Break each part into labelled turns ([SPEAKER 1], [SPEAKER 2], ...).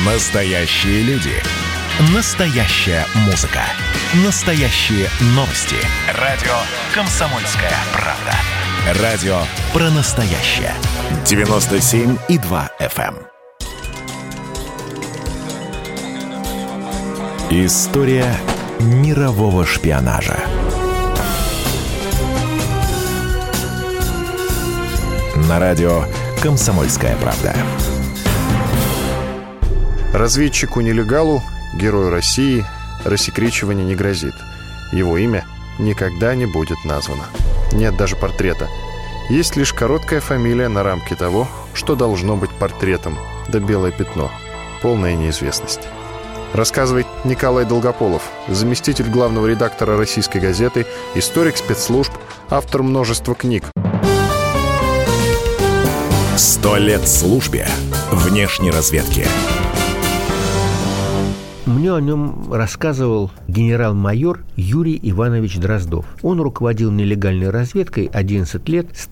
[SPEAKER 1] Настоящие люди. Настоящая музыка. Настоящие новости. Радио «Комсомольская правда». Радио про настоящее. 97,2 FM. История мирового шпионажа. На радио «Комсомольская правда».
[SPEAKER 2] Разведчику-нелегалу, герою России, рассекречивание не грозит. Его имя никогда не будет названо. Нет даже портрета. Есть лишь короткая фамилия на рамке того, что должно быть портретом, да белое пятно, полная неизвестность. Рассказывает Николай Долгополов, заместитель главного редактора «Российской газеты», историк спецслужб, автор множества книг.
[SPEAKER 1] 100 лет службе внешней разведки.
[SPEAKER 3] Мне о нем рассказывал генерал-майор Юрий Иванович Дроздов. Он руководил нелегальной разведкой 11 лет с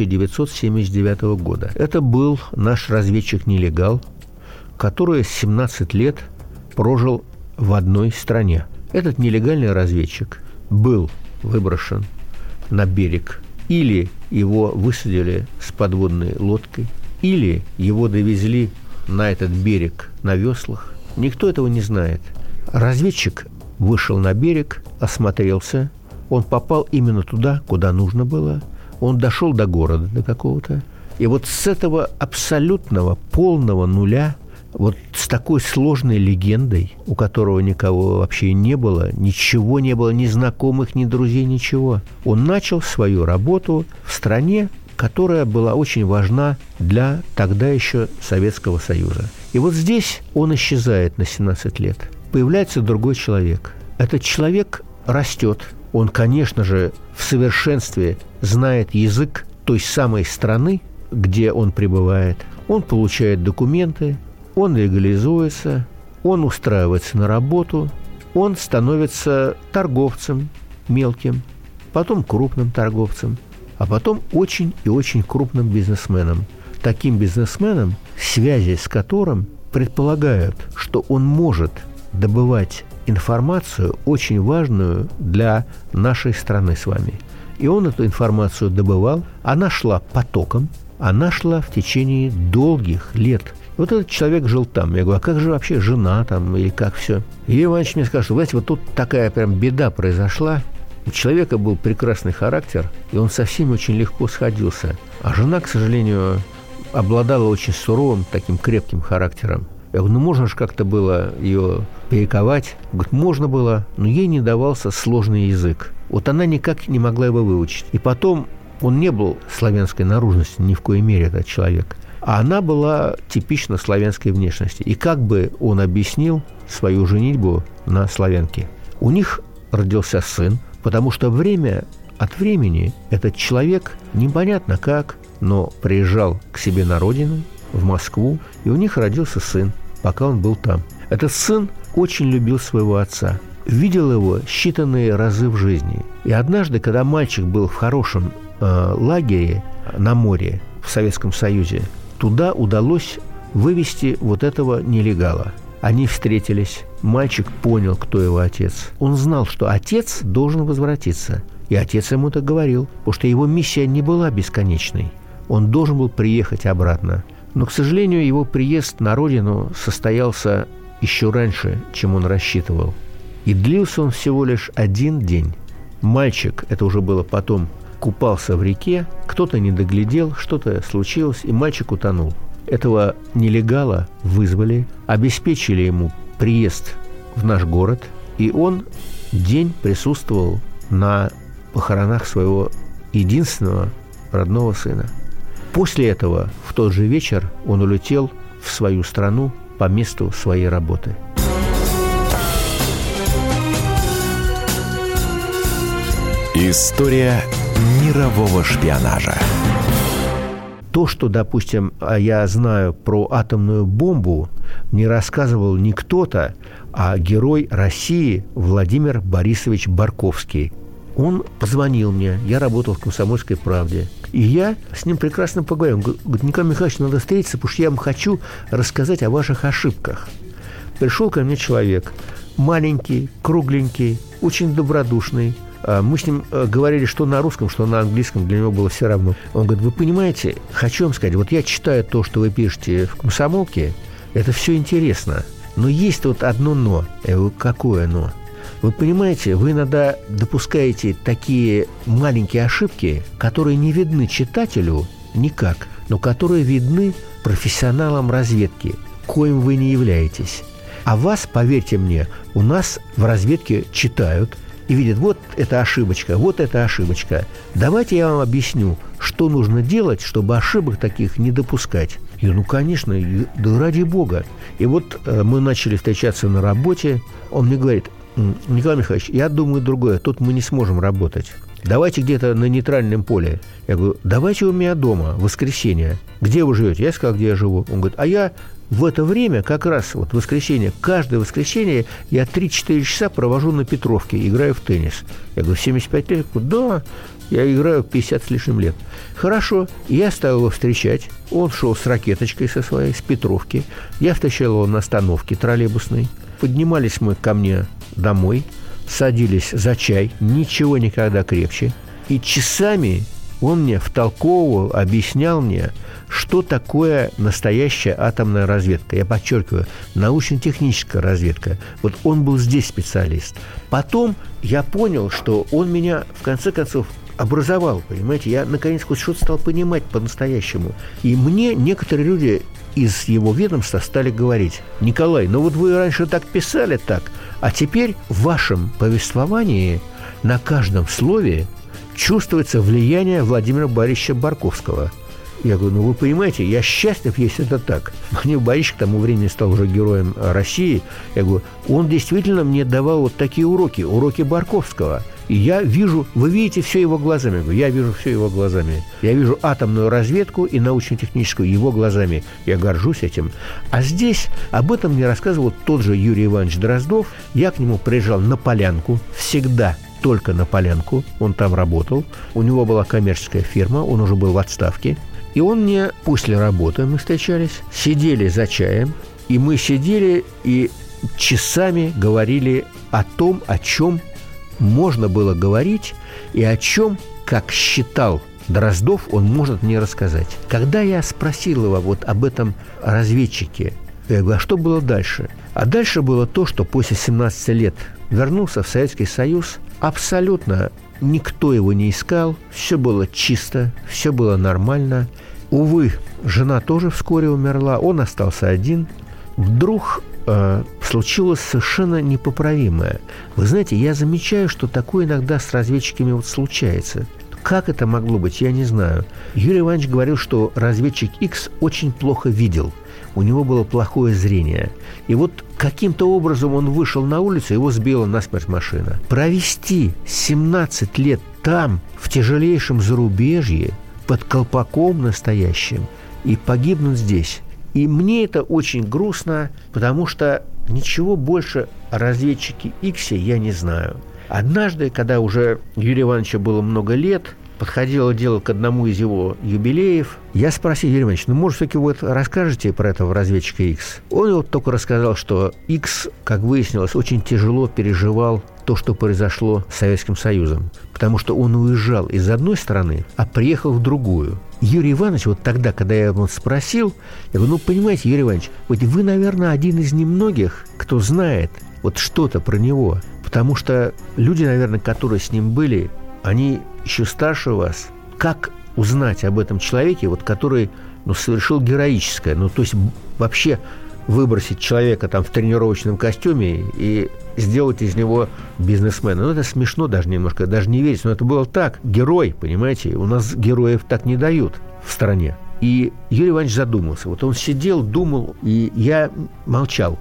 [SPEAKER 3] 1979 года. Это был наш разведчик-нелегал, который 17 лет прожил в одной стране. Этот нелегальный разведчик был выброшен на берег. Или его высадили с подводной лодкой, или его довезли на этот берег на веслах. Никто этого не знает. Разведчик вышел на берег, осмотрелся. Он попал именно туда, куда нужно было. Он дошел до города, до какого-то. И вот с этого абсолютного, полного нуля, вот с такой сложной легендой, у которого никого вообще не было, ничего не было, ни знакомых, ни друзей, ничего. Он начал свою работу в стране, которая была очень важна для тогда еще Советского Союза. И вот здесь он исчезает на 17 лет. Появляется другой человек. Этот человек растет. Он, конечно же, в совершенстве знает язык той самой страны, где он пребывает. Он получает документы, он легализуется, он устраивается на работу, он становится торговцем мелким, потом крупным торговцем, а потом очень и очень крупным бизнесменом. Таким бизнесменом, связи с которым предполагают, что он может добывать информацию, очень важную для нашей страны с вами. И он эту информацию добывал, она шла потоком, она шла в течение долгих лет. Вот этот человек жил там. Я говорю, а как же вообще жена там, или как все? Юрий Иванович мне сказал, что, знаете, вот тут такая прям беда произошла. У человека был прекрасный характер, и он со всеми очень легко сходился. А жена, к сожалению, обладала очень суровым, таким крепким характером. Я говорю, можно же как-то было ее перековать? Говорит, можно было, но ей не давался сложный язык. Вот она никак не могла его выучить. И потом он не был славянской наружности, ни в коей мере этот человек. А она была типично славянской внешности. И как бы он объяснил свою женитьбу на славянке? У них родился сын, потому что время от времени этот человек, непонятно как, но приезжал к себе на родину, в Москву, и у них родился сын, пока он был там. Этот сын очень любил своего отца, видел его считанные разы в жизни. И однажды, когда мальчик был в хорошем лагере на море в Советском Союзе, туда удалось вывести вот этого нелегала. Они встретились, мальчик понял, кто его отец. Он знал, что отец должен возвратиться. И отец ему так говорил, потому что его миссия не была бесконечной. Он должен был приехать обратно. Но, к сожалению, его приезд на родину состоялся еще раньше, чем он рассчитывал. И длился он всего лишь 1 день. Мальчик, это уже было потом, купался в реке, кто-то не доглядел, что-то случилось, и мальчик утонул. Этого нелегала вызвали, обеспечили ему приезд в наш город, и он день присутствовал на похоронах своего единственного родного сына. После этого, в тот же вечер, он улетел в свою страну по месту своей работы.
[SPEAKER 1] История мирового шпионажа.
[SPEAKER 3] То, что, допустим, я знаю про атомную бомбу, не рассказывал не кто-то, а герой России Владимир Борисович Барковский. Он позвонил мне, я работал в «Комсомольской правде», и я с ним прекрасно поговорил. Он говорит, Николай Михайлович, надо встретиться, потому что я вам хочу рассказать о ваших ошибках. пришел ко мне человек, маленький, кругленький, очень добродушный. Мы с ним говорили, что на русском, что на английском, для него было все равно. Он говорит: вы понимаете, хочу вам сказать, вот я читаю то, что вы пишете в «Комсомолке», это все интересно, но есть вот одно «но». Я говорю: какое «но»? Вы понимаете, вы иногда допускаете такие маленькие ошибки, которые не видны читателю никак, но которые видны профессионалам разведки, коим вы не являетесь. А вас, поверьте мне, у нас в разведке читают и видят: вот эта ошибочка, вот эта ошибочка. Давайте я вам объясню, что нужно делать, чтобы ошибок таких не допускать. Я говорю: ну, конечно, да ради бога. И вот мы начали встречаться на работе. Он мне говорит: Николай Михайлович, я думаю другое, тут мы не сможем работать. Давайте где-то на нейтральном поле. Я говорю: давайте у меня дома, в воскресенье. Где вы живете? Я сказал, где я живу. Он говорит: а я в это время, как раз вот воскресенье, каждое воскресенье я 3-4 часа провожу на Петровке, играю в теннис. Я говорю: 75 лет? Да, я играю 50 с лишним лет. Хорошо, я стал его встречать. Он шел с ракеточкой со своей, с Петровки. Я встречал его на остановке троллейбусной. Поднимались мы ко мне домой, садились за чай, ничего никогда крепче. И часами он мне втолковывал, объяснял мне, что такое настоящая атомная разведка. Я подчеркиваю, научно-техническая разведка. Вот он был здесь специалист. Потом я понял, что он меня, в конце концов, образовал, понимаете. Я, наконец, хоть что-то стал понимать по-настоящему. И мне некоторые люди из его ведомства стали говорить: Николай, ну вот вы раньше так писали так, а теперь в вашем повествовании на каждом слове чувствуется влияние Владимира Борисовича Барковского. Я говорю: ну вы понимаете, я счастлив, если это так. Владимир Борисович к тому времени стал уже героем России. Я говорю: он действительно мне давал вот такие уроки Барковского. И я вижу, вы видите все его глазами. Я говорю: я вижу все его глазами. Я вижу атомную разведку и научно-техническую его глазами. Я горжусь этим. А здесь об этом мне рассказывал тот же Юрий Иванович Дроздов. Я к нему приезжал на Полянку, всегда только на Полянку. Он там работал. У него была коммерческая фирма, он уже был в отставке. И он мне после работы, мы встречались, сидели за чаем, и мы сидели и часами говорили о том, о чем можно было говорить, и о чем, как считал Дроздов, он может мне рассказать. Когда я спросил его вот об этом разведчике, я говорю: а что было дальше? А дальше было то, что после 17 лет вернулся в Советский Союз, абсолютно никто его не искал, все было чисто, все было нормально. Увы, жена тоже вскоре умерла, он остался один. Вдруг случилось совершенно непоправимое. Вы знаете, я замечаю, что такое иногда с разведчиками вот случается. Как это могло быть, я не знаю. Юрий Иванович говорил, что разведчик X очень плохо видел. У него было плохое зрение. И вот каким-то образом он вышел на улицу, его сбила насмерть машина. Провести 17 лет там, в тяжелейшем зарубежье, под колпаком настоящим, и погибнуть здесь. И мне это очень грустно, потому что ничего больше о разведчике Иксе я не знаю. Однажды, когда уже Юрию Ивановичу было много лет, подходило дело к одному из его юбилеев, я спросил: Юрий Иванович, ну, может, все-таки вы расскажете про этого разведчика Икс? Он вот только рассказал, что Икс, как выяснилось, очень тяжело переживал то, что произошло с Советским Союзом, потому что он уезжал из одной страны, а приехал в другую. Юрий Иванович, вот тогда, когда я его спросил, я говорю: ну, понимаете, Юрий Иванович, вот вы, наверное, один из немногих, кто знает вот что-то про него, потому что люди, наверное, которые с ним были, они еще старше вас. Как узнать об этом человеке, вот, который совершил героическое, то есть вообще выбросить человека там в тренировочном костюме и сделать из него бизнесмена. Это смешно даже немножко, даже не верить, но это было так. Герой, понимаете, у нас героев так не дают в стране. И Юрий Иванович задумался. Вот он сидел, думал, и я молчал.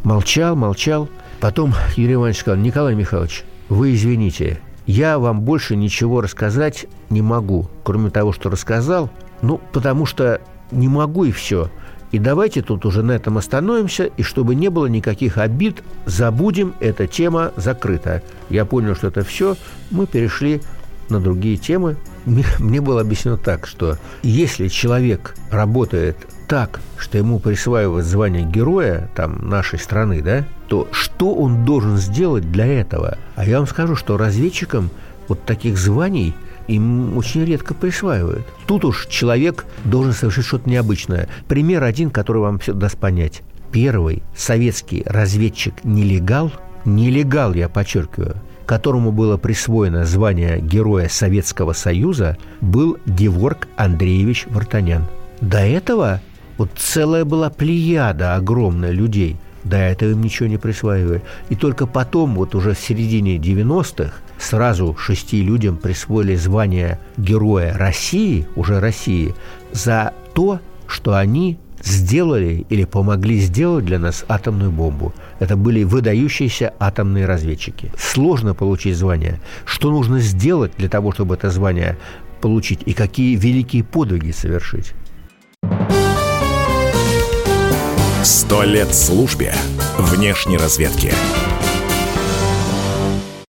[SPEAKER 3] Молчал. Потом Юрий Иванович сказал: Николай Михайлович, вы извините, я вам больше ничего рассказать не могу, кроме того, что рассказал, потому что не могу, и все. И давайте тут уже на этом остановимся, и чтобы не было никаких обид, забудем, эта тема закрыта. Я понял, что это все, мы перешли на другие темы. Мне было объяснено так, что если человек работает так, что ему присваивают звание героя там, нашей страны, да, то что он должен сделать для этого? А я вам скажу, что разведчикам вот таких званий им очень редко присваивают. Тут уж человек должен совершить что-то необычное. Пример один, который вам все даст понять. Первый советский разведчик-нелегал, я подчеркиваю, которому было присвоено звание Героя Советского Союза, был Геворг Андреевич Вартанян. До этого вот целая была плеяда огромная людей. До этого им ничего не присваивали. И только потом, вот уже в середине 90-х, сразу 6 людям присвоили звание Героя России, уже России, за то, что они сделали или помогли сделать для нас атомную бомбу. Это были выдающиеся атомные разведчики. Сложно получить звание. Что нужно сделать для того, чтобы это звание получить, и какие великие подвиги совершить?
[SPEAKER 1] 100 лет службе внешней разведки.